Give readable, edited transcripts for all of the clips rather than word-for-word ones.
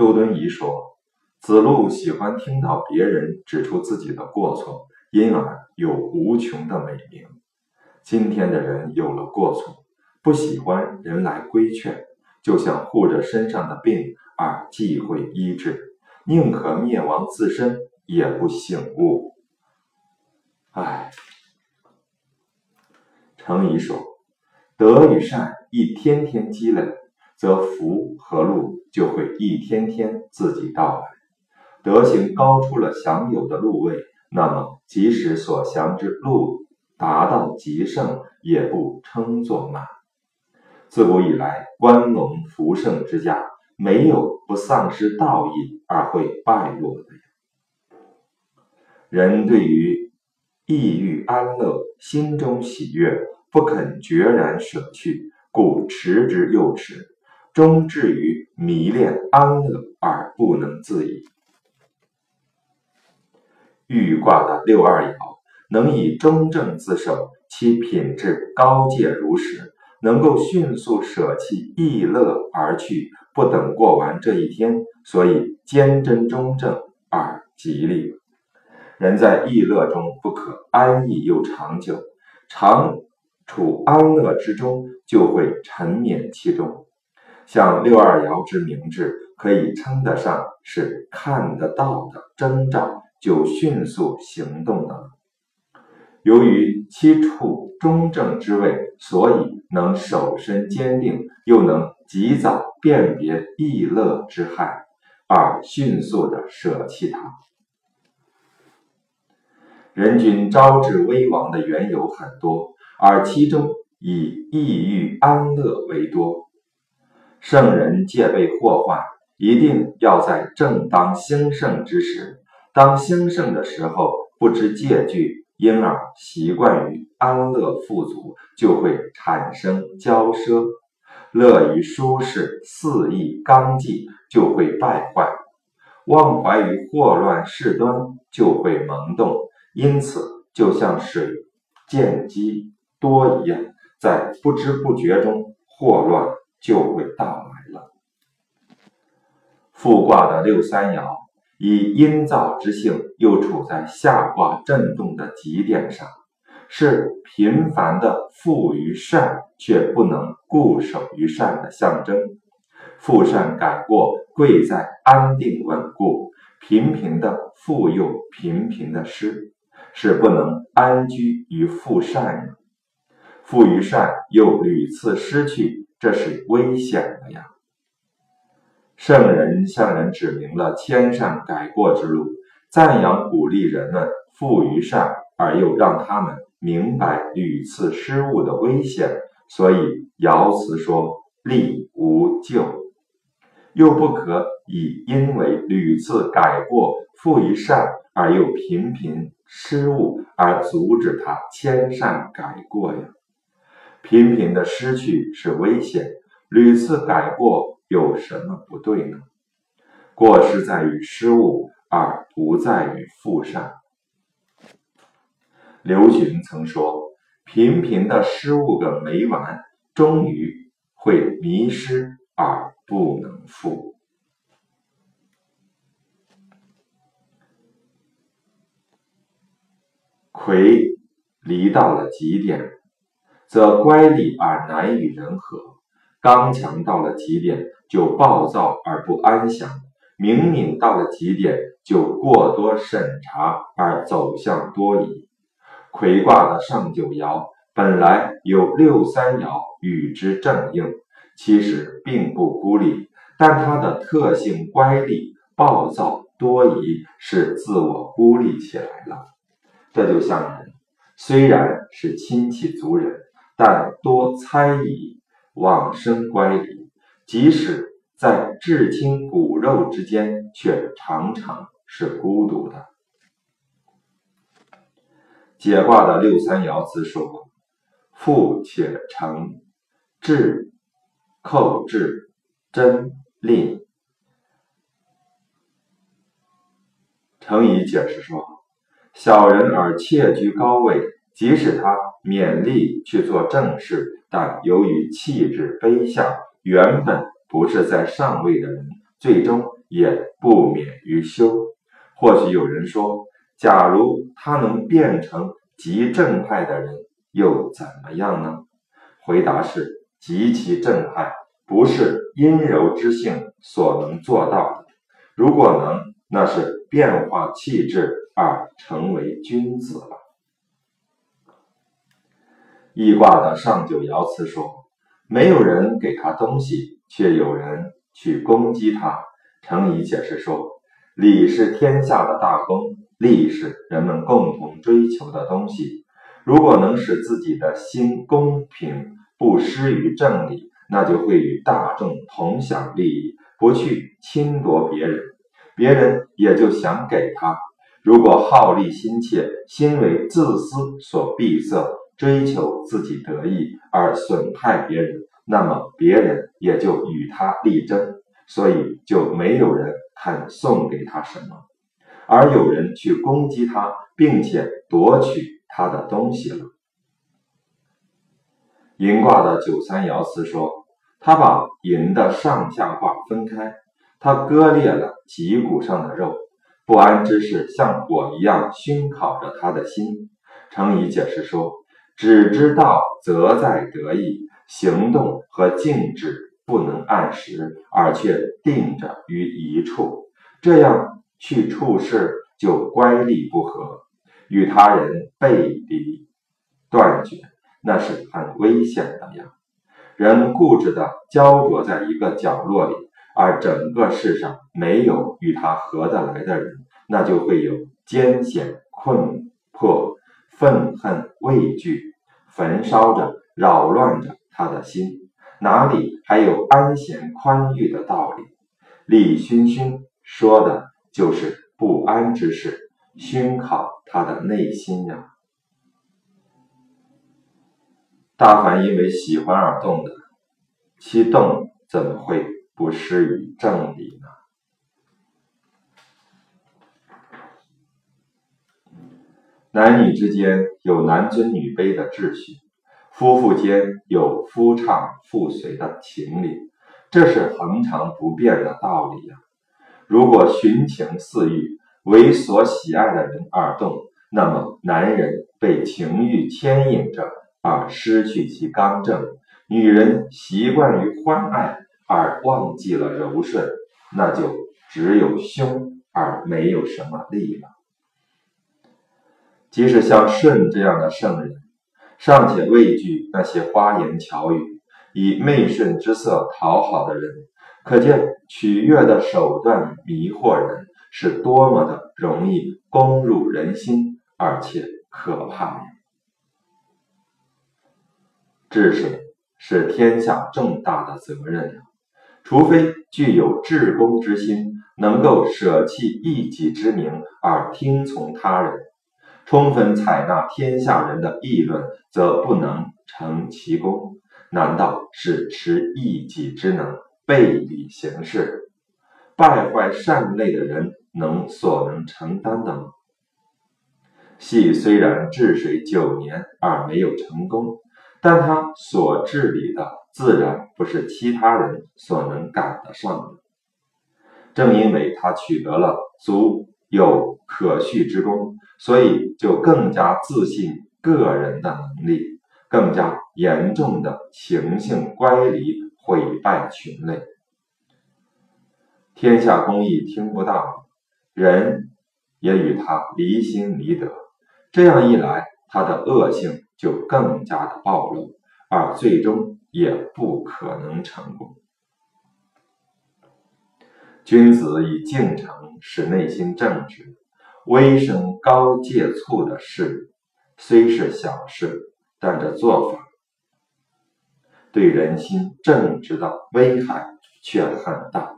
周敦颐说，子路喜欢听到别人指出自己的过错，因而有无穷的美名。今天的人有了过错，不喜欢人来规劝，就像护着身上的病而忌讳医治，宁可灭亡自身，也不醒悟。程颐说，德与善一天天积累，则福和禄就会一天天自己到来。德行高出了享有的禄位，那么即使所享之禄达到极盛，也不称作满。自古以来，关陇福盛之家，没有不丧失道义而会败落的。人对于意欲安乐，心中喜悦，不肯决然舍去，故持之又持，终至于迷恋安乐而不能自已。豫卦的六二爻能以中正自守，其品质高洁如实，能够迅速舍弃逸乐而去，不等过完这一天，所以坚贞中正而吉利。人在逸乐中不可安逸又长久，常处安乐之中，就会沉湎其中。像六二爻之明智，可以称得上是看得到的征兆，就迅速行动的了。由于其处中正之位，所以能守身坚定，又能及早辨别逸乐之害，而迅速地舍弃它。人君招致危亡的缘由很多，而其中以意欲安乐为多。圣人戒备祸患，一定要在正当兴盛之时。当兴盛的时候，不知戒惧，因而习惯于安乐富足，就会产生骄奢；乐于舒适，肆意刚纪，就会败坏；忘怀于祸乱事端，就会萌动。因此，就像水见积多一样，在不知不觉中，祸乱就会到来了。复卦的六三爻以阴燥之性，又处在下卦震动的极点上，是频繁的富于善，却不能固守于善的象征。富善改过，贵在安定稳固，频频的富又频频的失，是不能安居于富善人。富于善又屡次失去，这是危险的呀。圣人向人指明了迁善改过之路，赞扬鼓励人们富于善，而又让他们明白屡次失误的危险，所以爻辞说利无咎。又不可以因为屡次改过富于善，而又频频失误而阻止他迁善改过呀。频频的失去是危险，屡次改过有什么不对呢？过失在于失误，而不在于富善。刘询曾说，频频的失误个没完，终于会迷失而不能复。魁离到了极点，则乖戾而难与人和；刚强到了极点，就暴躁而不安详；明敏到了极点，就过多审查而走向多疑。魁卦的上九爻本来有六三爻与之正应，其实并不孤立，但它的特性乖戾、暴躁、多疑，使自我孤立起来了。这就像人，虽然是亲戚族人，但多猜疑，妄生乖离，即使在至亲骨肉之间，却常常是孤独的。解卦的六三爻辞说，富且成，智寇至，真吝。程颐解释说，小人而窃居高位，即使他勉力去做正事，但由于气质卑下，原本不是在上位的人，最终也不免于羞。或许有人说，假如他能变成极正派的人，又怎么样呢？回答是，极其正派不是阴柔之性所能做到的，如果能，那是变化气质而成为君子了。易卦的上九爻辞说，没有人给他东西，却有人去攻击他。程颐解释说，礼是天下的大公，利是人们共同追求的东西。如果能使自己的心公平，不失于正理，那就会与大众同享利益，不去侵夺别人，别人也就想给他。如果好利心切，心为自私所闭塞，追求自己得意而损害别人，那么别人也就与他力争，所以就没有人肯送给他什么，而有人去攻击他，并且夺取他的东西了。寅卦的九三爻辞说，他把寅的上下卦分开，他割裂了脊骨上的肉，不安之事像火一样熏烤着他的心。程颐解释说，只知道则在得意，行动和静止不能按时，而却定着于一处，这样去处事就乖戾不合，与他人背离断绝，那是很危险的呀。人固执地焦灼在一个角落里，而整个世上没有与他合得来的人，那就会有艰险、困迫、愤恨、畏惧，焚烧着、扰乱着他的心，哪里还有安闲宽裕的道理？厉熏熏说的就是不安之事，熏烤他的内心呀。大凡因为喜欢而动的，其动怎么会不失于正理呢？男女之间有男尊女卑的秩序，夫妇间有夫唱妇随的情理，这是恒常不变的道理呀。如果寻情似欲，为所喜爱的人而动，那么男人被情欲牵引着而失去其刚正，女人习惯于欢爱而忘记了柔顺，那就只有凶而没有什么利了。即使像舜这样的圣人，尚且畏惧那些花言巧语，以媚顺之色讨好的人，可见取悦的手段迷惑人是多么的容易攻入人心，而且可怕呀！治水是天下重大的责任呀，除非具有至公之心，能够舍弃一己之名而听从他人，充分采纳天下人的议论，则不能成其功。难道是持一己之能，背理行事，败坏善类的人所能承担的吗？系虽然治水9年而没有成功，但他所治理的自然不是其他人所能赶得上的。正因为他取得了足有可续之功，所以就更加自信个人的能力，更加严重的情性乖离，毁败群类。天下公义听不到，人也与他离心离德，这样一来，他的恶性就更加的暴露，而最终也不可能成功。君子以敬诚，使内心正直，微声高戒促的事虽是小事，但这做法对人心正直的危害却很大。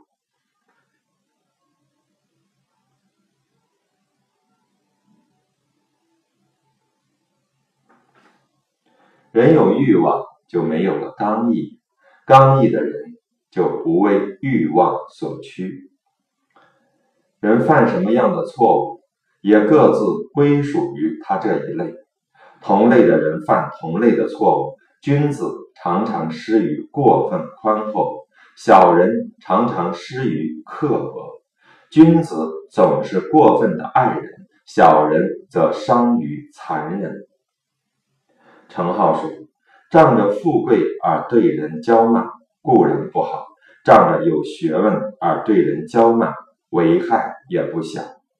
人有欲望，就没有了刚毅，刚毅的人就不为欲望所驱。人犯什么样的错误，也各自归属于他这一类。同类的人犯同类的错误，君子常常失于过分宽厚，小人常常失于刻薄。 君子总是过分的爱人，小人则伤于残忍。程颢说，仗着富贵而对人骄慢固然不好，仗着有学问而对人骄慢，危害也不小。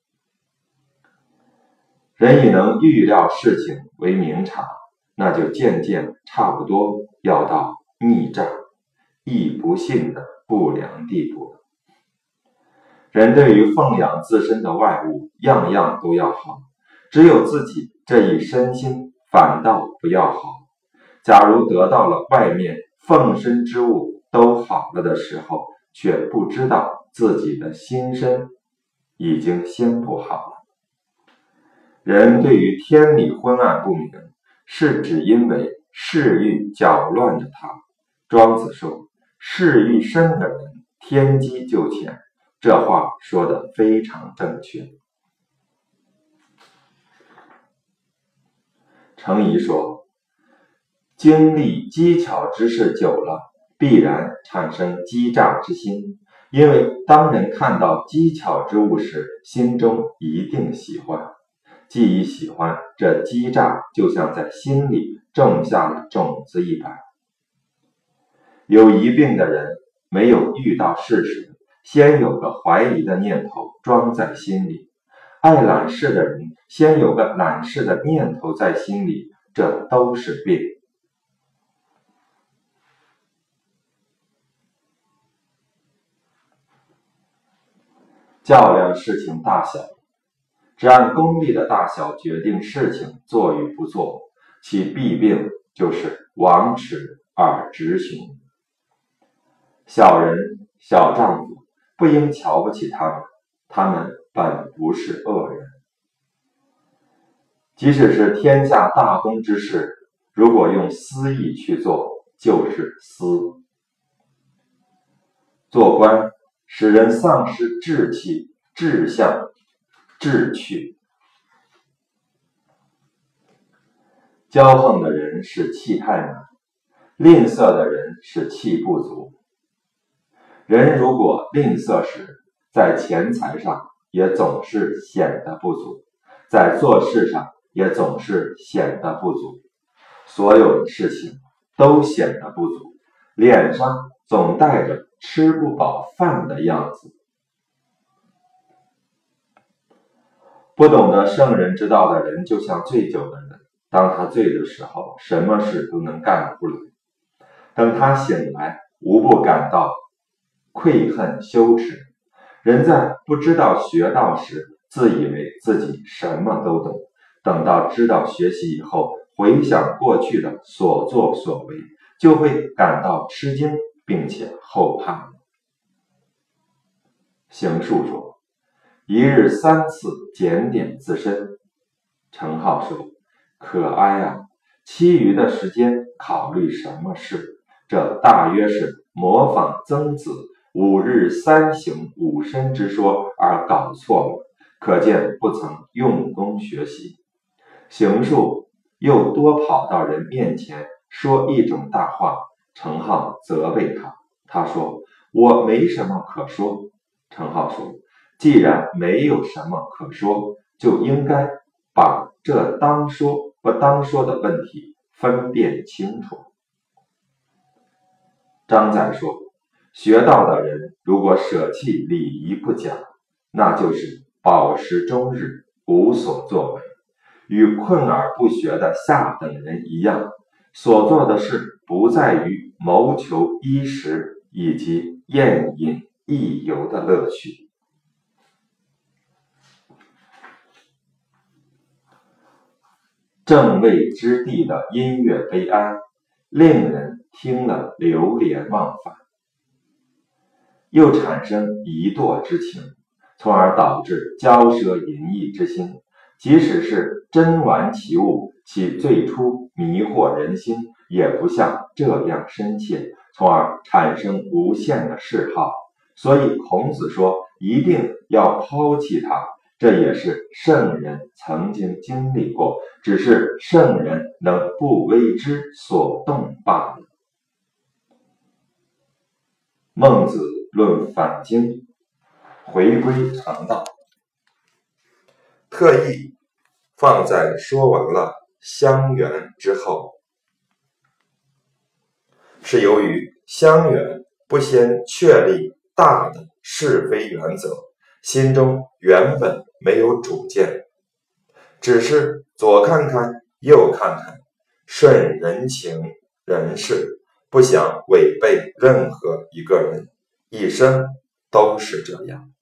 人以能预料事情为明察，那就渐渐差不多要到逆诈、亦不信的不良地步了。人对于奉养自身的外物，样样都要好，只有自己这一身心反倒不要好。假如得到了外面奉身之物都好了的时候，却不知道自己的心身已经先不好了。人对于天理昏暗不明，是只因为嗜欲搅乱着他。庄子说，嗜欲深的人，天机就浅。这话说得非常正确。程颐说，经历机巧之事久了，必然产生欺诈之心，因为当人看到机巧之物时，心中一定喜欢。既已喜欢，这欺诈就像在心里种下了种子一般。有疑病的人没有遇到事时，先有个怀疑的念头装在心里；爱揽事的人先有个揽事的念头在心里，这都是病。较量事情大小，只按功利的大小决定事情做与不做，其弊病就是枉尺而直行。小人、小丈夫不应瞧不起他们，他们本不是恶人。即使是天下大公之事，如果用私意去做，就是私。做官使人丧失志气、志向、志趣。骄横的人是气太满，吝啬的人是气不足。人如果吝啬时，在钱财上也总是显得不足，在做事上也总是显得不足，所有的事情都显得不足，脸上总带着吃不饱饭的样子。不懂得圣人之道的人，就像醉酒的人，当他醉的时候，什么事都能干出来，等他醒来，无不感到愧恨羞耻。人在不知道学道时，自以为自己什么都懂，等到知道学习以后，回想过去的所作所为，就会感到吃惊，并且后怕。邢述说，一日3次检点自身。程颢说，可哀啊，其余的时间考虑什么事？这大约是模仿曾子5日3省吾身之说而搞错了，可见不曾用功学习。邢述又多跑到人面前说一种大话，程颢责备他，他说，我没什么可说。程颢说，既然没有什么可说，就应该把这当说不当说的问题分辨清楚。张载说，学道的人如果舍弃礼仪不讲，那就是饱食终日，无所作为，与困而不学的下等人一样，所做的事不在于谋求衣食以及宴饮逸游的乐趣。正位之地的音乐悲哀，令人听了流连忘返，又产生疑惰之情，从而导致骄奢淫逸之心。即使是珍玩其物，其最初迷惑人心，也不像这样深切，从而产生无限的嗜好。所以孔子说，一定要抛弃它，这也是圣人曾经经历过，只是圣人能不为之所动罢了。孟子论反经， 回归常道。 特意放在说完了乡缘之后，是由于乡缘不先确立大的是非原则，心中原本没有主见，只是左看看右看看，顺人情人事，不想违背任何一个人，一生都是这样。